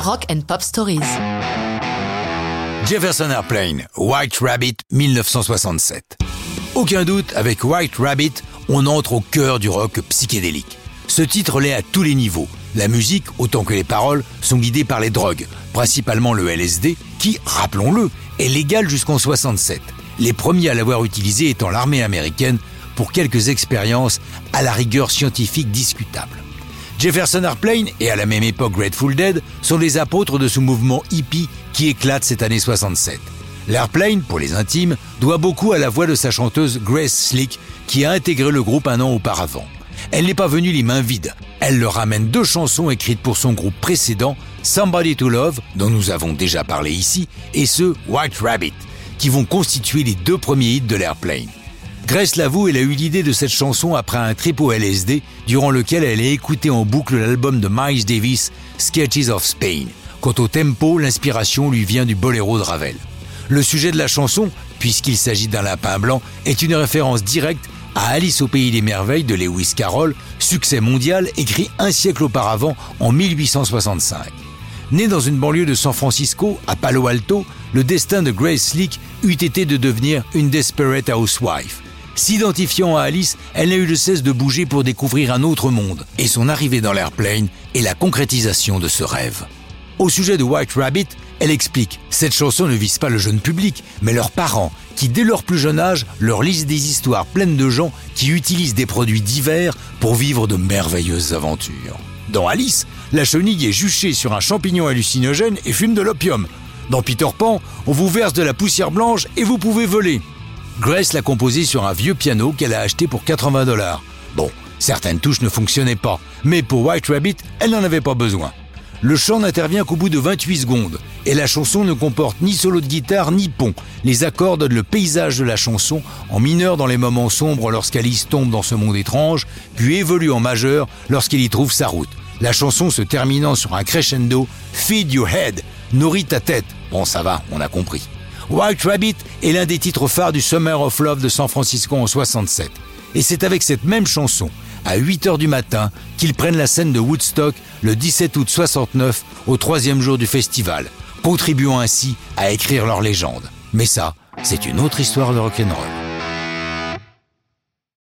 Rock and Pop Stories. Jefferson Airplane, White Rabbit, 1967. Aucun doute, avec White Rabbit, on entre au cœur du rock psychédélique. Ce titre l'est à tous les niveaux. La musique, autant que les paroles, sont guidées par les drogues, principalement le LSD, qui, rappelons-le, est légal jusqu'en 67. Les premiers à l'avoir utilisé étant l'armée américaine pour quelques expériences à la rigueur scientifique discutable. Jefferson Airplane et à la même époque Grateful Dead sont les apôtres de ce mouvement hippie qui éclate cette année 67. L'Airplane, pour les intimes, doit beaucoup à la voix de sa chanteuse Grace Slick qui a intégré le groupe un an auparavant. Elle n'est pas venue les mains vides. Elle leur ramène 2 chansons écrites pour son groupe précédent, Somebody to Love, dont nous avons déjà parlé ici, et ce White Rabbit, qui vont constituer les 2 premiers hits de l'Airplane. Grace l'avoue, elle a eu l'idée de cette chanson après un trip au LSD, durant lequel elle a écouté en boucle l'album de Miles Davis, Sketches of Spain. Quant au tempo, l'inspiration lui vient du boléro de Ravel. Le sujet de la chanson, puisqu'il s'agit d'un lapin blanc, est une référence directe à Alice au pays des merveilles de Lewis Carroll, succès mondial écrit un siècle auparavant en 1865. Né dans une banlieue de San Francisco, à Palo Alto, le destin de Grace Slick eût été de devenir une desperate housewife. S'identifiant à Alice, elle n'a eu de cesse de bouger pour découvrir un autre monde, et son arrivée dans l'Airplane est la concrétisation de ce rêve. Au sujet de White Rabbit, elle explique « Cette chanson ne vise pas le jeune public, mais leurs parents, qui dès leur plus jeune âge leur lisent des histoires pleines de gens qui utilisent des produits divers pour vivre de merveilleuses aventures. » Dans Alice, la chenille est juchée sur un champignon hallucinogène et fume de l'opium. Dans Peter Pan, on vous verse de la poussière blanche et vous pouvez voler. Grace l'a composé sur un vieux piano qu'elle a acheté pour $80. Bon, certaines touches ne fonctionnaient pas, mais pour White Rabbit, elle n'en avait pas besoin. Le chant n'intervient qu'au bout de 28 secondes, et la chanson ne comporte ni solo de guitare ni pont. Les accords donnent le paysage de la chanson, en mineur dans les moments sombres lorsqu'Alice tombe dans ce monde étrange, puis évolue en majeur lorsqu'elle y trouve sa route. La chanson se terminant sur un crescendo « Feed your head », nourrit ta tête. Bon, ça va, on a compris. White Rabbit est l'un des titres phares du Summer of Love de San Francisco en 67. Et c'est avec cette même chanson, à 8h du matin, qu'ils prennent la scène de Woodstock le 17 août 69, au 3e jour du festival, contribuant ainsi à écrire leur légende. Mais ça, c'est une autre histoire de rock'n'roll.